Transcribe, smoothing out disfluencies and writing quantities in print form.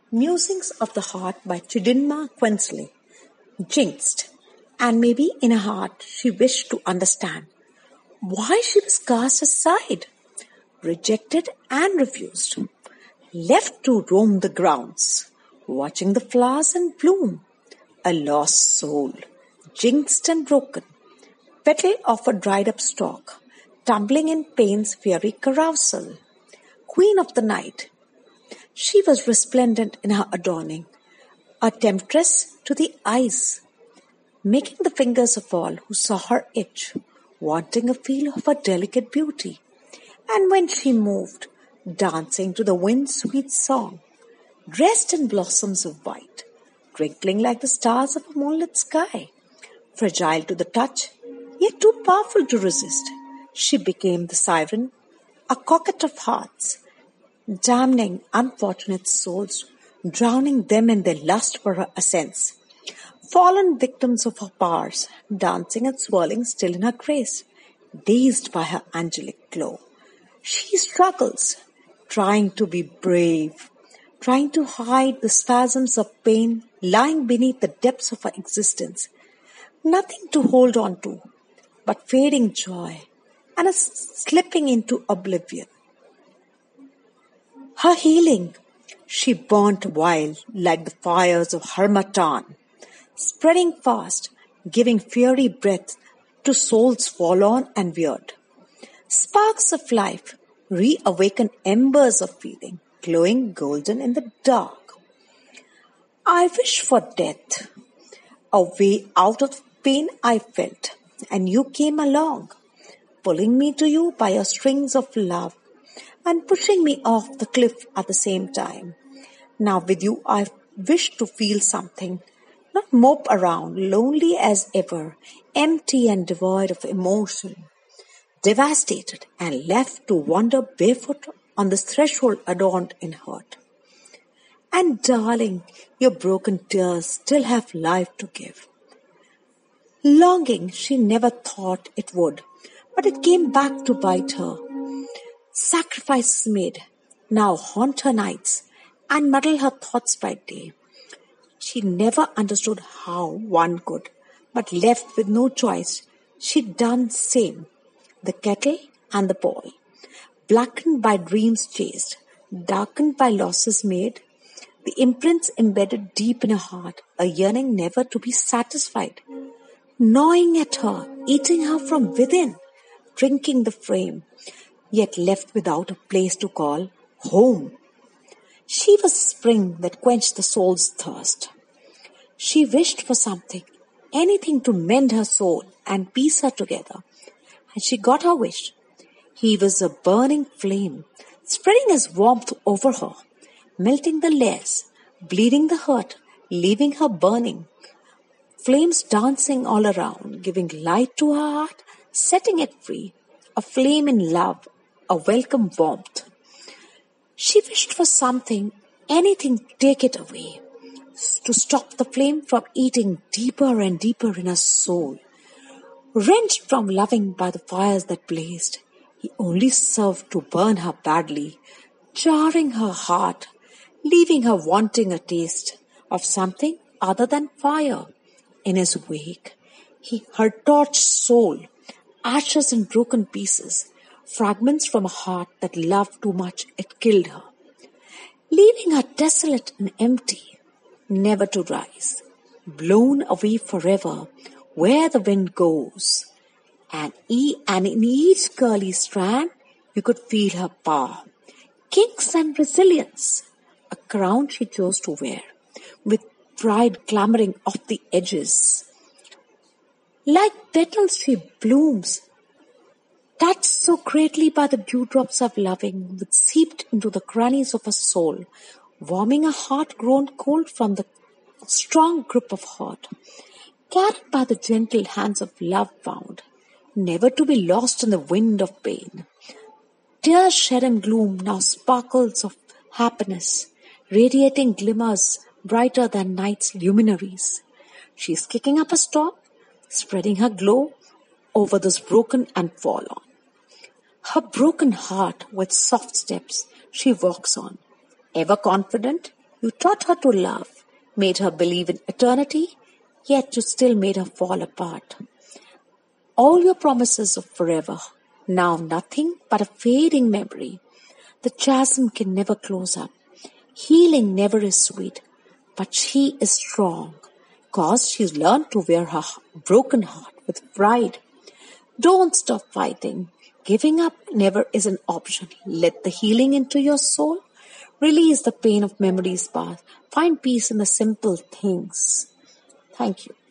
Musings of the Heart by Chidinma Quensley. Jinxed, and maybe in her heart she wished to understand why she was cast aside, rejected and refused, left to roam the grounds, watching the flowers in bloom, a lost soul, jinxed and broken, petal of a dried up stalk, tumbling in pain's fiery carousal, queen of the night. She was resplendent in her adorning, a temptress to the eyes, making the fingers of all who saw her itch, wanting a feel of her delicate beauty. And when she moved, dancing to the wind's sweet song, dressed in blossoms of white, twinkling like the stars of a moonlit sky, fragile to the touch, yet too powerful to resist, she became the siren, a coquette of hearts, damning unfortunate souls, drowning them in their lust for her ascents. Fallen victims of her powers, dancing and swirling still in her grace, dazed by her angelic glow. She struggles, trying to be brave, trying to hide the spasms of pain lying beneath the depths of her existence. Nothing to hold on to, but fading joy and a slipping into oblivion. Her healing, she burnt wild like the fires of Harmattan, spreading fast, giving fiery breath to souls forlorn and weird. Sparks of life, reawakened embers of feeling, glowing golden in the dark. I wish for death, a way out of the pain I felt, and you came along, pulling me to you by your strings of love, and pushing me off the cliff at the same time. Now with you I wish to feel something, not mope around, lonely as ever, empty and devoid of emotion, devastated and left to wander barefoot on this threshold adorned in hurt. And darling, your broken tears still have life to give. Longing she never thought it would, but it came back to bite her. Sacrifices made now haunt her nights and muddle her thoughts by day. She never understood how one could, but left with no choice, she'd done same. The kettle and the bowl, blackened by dreams chased, darkened by losses made, the imprints embedded deep in her heart, a yearning never to be satisfied, gnawing at her, eating her from within, drinking the flame, yet left without a place to call home. She was spring that quenched the soul's thirst. She wished for something, anything to mend her soul and piece her together, and she got her wish. He was a burning flame, spreading his warmth over her, melting the layers, bleeding the hurt, leaving her burning. Flames dancing all around, giving light to her heart, setting it free, a flame in love, a welcome warmth. She wished for something, anything to take it away, to stop the flame from eating deeper and deeper in her soul. Wrenched from loving by the fires that blazed, he only served to burn her badly, jarring her heart, leaving her wanting a taste of something other than fire. In his wake, her torched soul, ashes and broken pieces, fragments from a heart that loved too much, it killed her, leaving her desolate and empty, never to rise, blown away forever where the wind goes. And in each curly strand, you could feel her power, kinks and resilience, a crown she chose to wear, with pride clambering off the edges. Like petals she blooms, touched so greatly by the dewdrops of loving, which seeped into the crannies of her soul, warming a heart grown cold from the strong grip of hurt, carried by the gentle hands of love found, never to be lost in the wind of pain. Tears shed in gloom, now sparkles of happiness, radiating glimmers brighter than night's luminaries. She is kicking up a storm, spreading her glow over those broken and forlorn. Her broken heart with soft steps she walks on, ever confident, You taught her to love, made her believe in eternity, yet you still made her fall apart. All your promises of forever, now nothing but a fading memory. The chasm can never close up. Healing never is sweet, but she is strong, 'cause she's learned to wear her broken heart with pride. Don't stop fighting. Giving up never is an option. Let the healing into your soul. Release the pain of memories past. Find peace in the simple things. Thank you.